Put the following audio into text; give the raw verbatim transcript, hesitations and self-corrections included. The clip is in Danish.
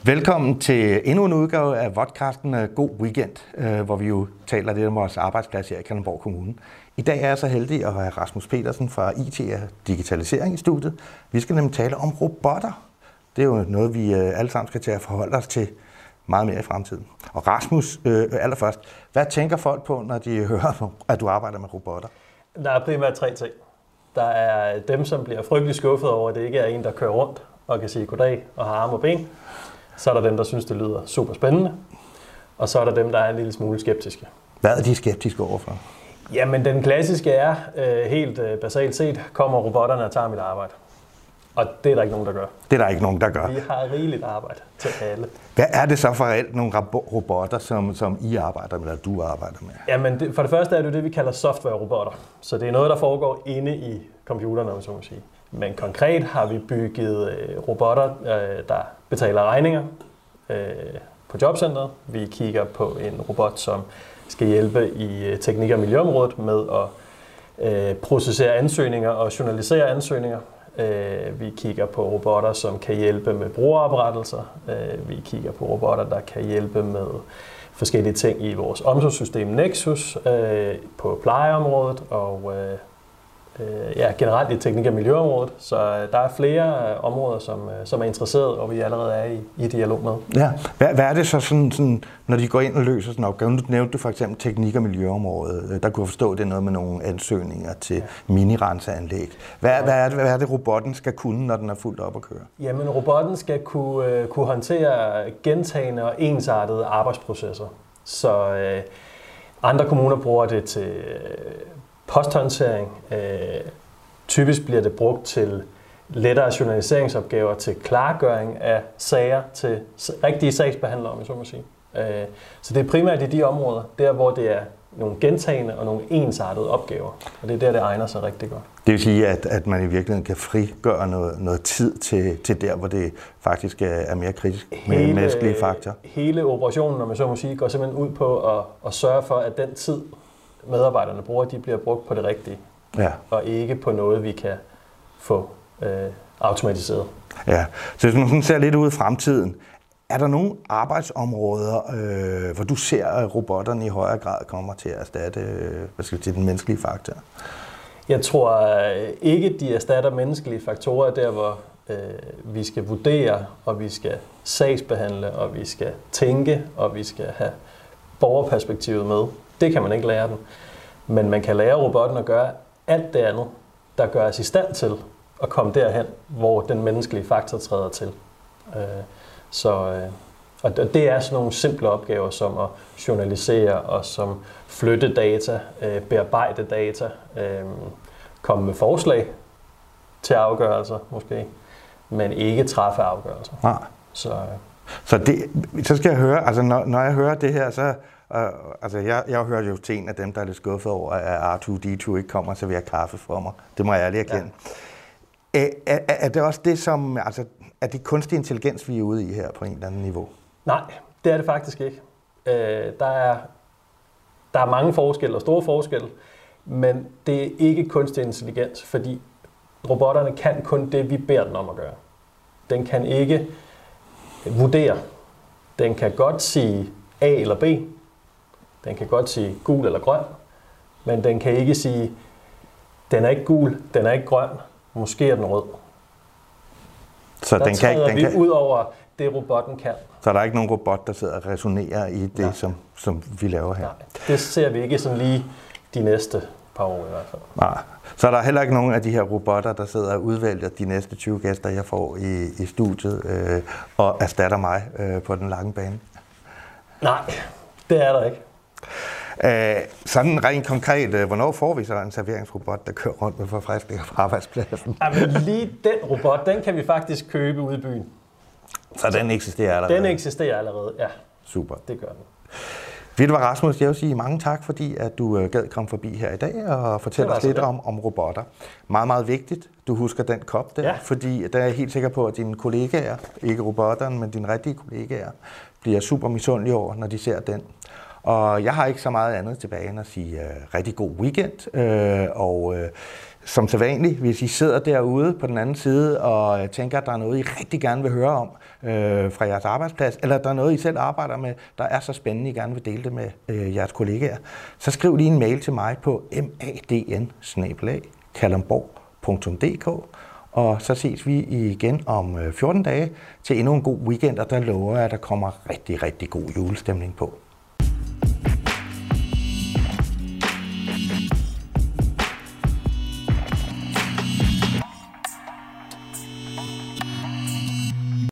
Velkommen til endnu en udgave af podcasten God Weekend, hvor vi jo taler lidt om vores arbejdsplads her i Kalundborg Kommune. I dag er jeg så heldig at have Rasmus Petersen fra I T og Digitalisering i studiet. Vi skal nemlig tale om robotter. Det er jo noget, vi alle sammen skal til at forholde os til meget mere i fremtiden. Og Rasmus, øh, allerførst, hvad tænker folk på, når de hører, at du arbejder med robotter? Der er primært tre ting. Der er dem, som bliver frygtelig skuffet over, at det ikke er en, der kører rundt og kan sige goddag og har arme og ben. Så er der dem, der synes, det lyder super spændende. Og så er der dem, der er en lille smule skeptiske. Hvad er de skeptiske overfor? Jamen, den klassiske er, øh, helt øh, basalt set, kommer robotterne og tager mit arbejde. Og det er der ikke nogen, der gør. Det er der ikke nogen, der gør. Vi har rigeligt arbejde til alle. Hvad er det så for reelt nogle robotter, som, som I arbejder med, eller du arbejder med? Jamen, det, for det første er det det, vi kalder software-robotter. Så det er noget, der foregår inde i computeren, om så må sige. Men konkret har vi bygget øh, robotter, øh, der betaler regninger øh, på jobcentret. Vi kigger på en robot, som skal hjælpe i øh, teknik- og miljøområdet med at øh, processere ansøgninger og journalisere ansøgninger. Øh, vi kigger på robotter, som kan hjælpe med brugeroprettelser. Øh, vi kigger på robotter, der kan hjælpe med forskellige ting i vores omsorgssystem Nexus, øh, på plejeområdet og øh, ja, generelt i teknik- og miljøområdet. Så der er flere områder, som, som er interesseret, og vi allerede er i, i dialog med. Ja. Hvad, hvad er det så, sådan, sådan, når de går ind og løser sådan en opgave? Nu nævnte du for eksempel teknik- og miljøområdet. Der kunne jeg forstå, at det er noget med nogle ansøgninger til ja. minirenseanlæg. Hvad, ja. hvad, er det, hvad er det, robotten skal kunne, når den er fuldt op at køre? Jamen, robotten skal kunne, kunne håndtere gentagende og ensartede arbejdsprocesser. Så øh, andre kommuner bruger det til posthåndtering. Øh, typisk bliver det brugt til lettere journaliseringsopgaver, til klargøring af sager, til rigtige sagsbehandlere, om jeg så må sige. Øh, så det er primært i de områder, der hvor det er nogle gentagende og nogle ensartede opgaver. Og det er der, det egner sig rigtig godt. Det vil sige, at, at man i virkeligheden kan frigøre noget, noget tid til, til der, hvor det faktisk er mere kritisk med hele, menneskelige faktor. Hele operationen, om jeg så må sige, går simpelthen ud på at, at sørge for, at den tid, medarbejderne bruger, de bliver brugt på det rigtige, ja. Og ikke på noget, vi kan få øh, automatiseret. Ja, så hvis man sådan ser lidt ud i fremtiden, er der nogle arbejdsområder, øh, hvor du ser, at robotterne i højere grad kommer til at erstatte øh, hvad skal vi sige, den menneskelige faktor? Jeg tror ikke, de erstatter menneskelige faktorer der, hvor øh, vi skal vurdere, og vi skal sagsbehandle, og vi skal tænke, og vi skal have borgerperspektivet med. Det kan man ikke lære den. Men man kan lære robotten at gøre alt det andet, der gør os i stand til at komme derhen, hvor den menneskelige faktor træder til. Så, og det er sådan nogle simple opgaver, som at journalisere og som flytte data, bearbejde data, komme med forslag til afgørelser måske, men ikke træffe afgørelser. Nej. Så, så, det, så skal jeg høre, altså når, når jeg hører det her, så Uh, altså jeg, jeg hører jo til en af dem, der er lidt skuffet over, at R to D to ikke kommer og serverer kaffe for mig. Det må jeg ærligt erkende. Ja. Er, er, er det også det, som, altså, er det kunstig intelligens, vi er ude i her på en eller anden niveau? Nej, det er det faktisk ikke. Uh, der, er, der er mange forskelle og store forskelle, men det er ikke kunstig intelligens, fordi robotterne kan kun det, vi beder den om at gøre. Den kan ikke vurdere. Den kan godt sige A eller B. Den kan godt sige gul eller grøn, men den kan ikke sige, den er ikke gul, den er ikke grøn, måske er den rød. Så der den kan ikke, den vi kan... ud over det, robotten kan. Så der er ikke nogen robot, der sidder og resonerer i det, som, som vi laver her? Nej, det ser vi ikke sådan lige de næste par år i hvert fald. Nej. Så er der heller ikke nogen af de her robotter, der sidder og udvælger de næste tyve gæster, jeg får i, i studiet, øh, og erstatter mig øh, på den lange bane? Nej, det er der ikke. Æh, sådan rent konkret, øh, hvornår får vi så en serveringsrobot, der kører rundt med forfriskninger på arbejdspladsen? Jamen lige den robot, den kan vi faktisk købe ude i byen. Så den eksisterer allerede? Den eksisterer allerede, ja. Super. Det gør den. Ved du hvad, Rasmus, jeg vil sige mange tak, fordi at du gad komme forbi her i dag og fortælle os lidt om, om robotter. Meget, meget vigtigt, du husker den kop der, ja. Fordi der er jeg helt sikker på, at dine kollegaer, ikke robotterne, men dine rigtige kollegaer, bliver super misundelige over, når de ser den. Og jeg har ikke så meget andet tilbage end at sige øh, rigtig god weekend. Øh, og øh, som sædvanligt, hvis I sidder derude på den anden side og tænker, at der er noget, I rigtig gerne vil høre om øh, fra jeres arbejdsplads, eller der er noget, I selv arbejder med, der er så spændende, I gerne vil dele det med øh, jeres kollegaer, så skriv lige en mail til mig på madn bindestreg kalundborg punktum d k, og så ses vi igen om fjorten dage til endnu en god weekend, og der lover jeg, at der kommer rigtig, rigtig god julestemning på.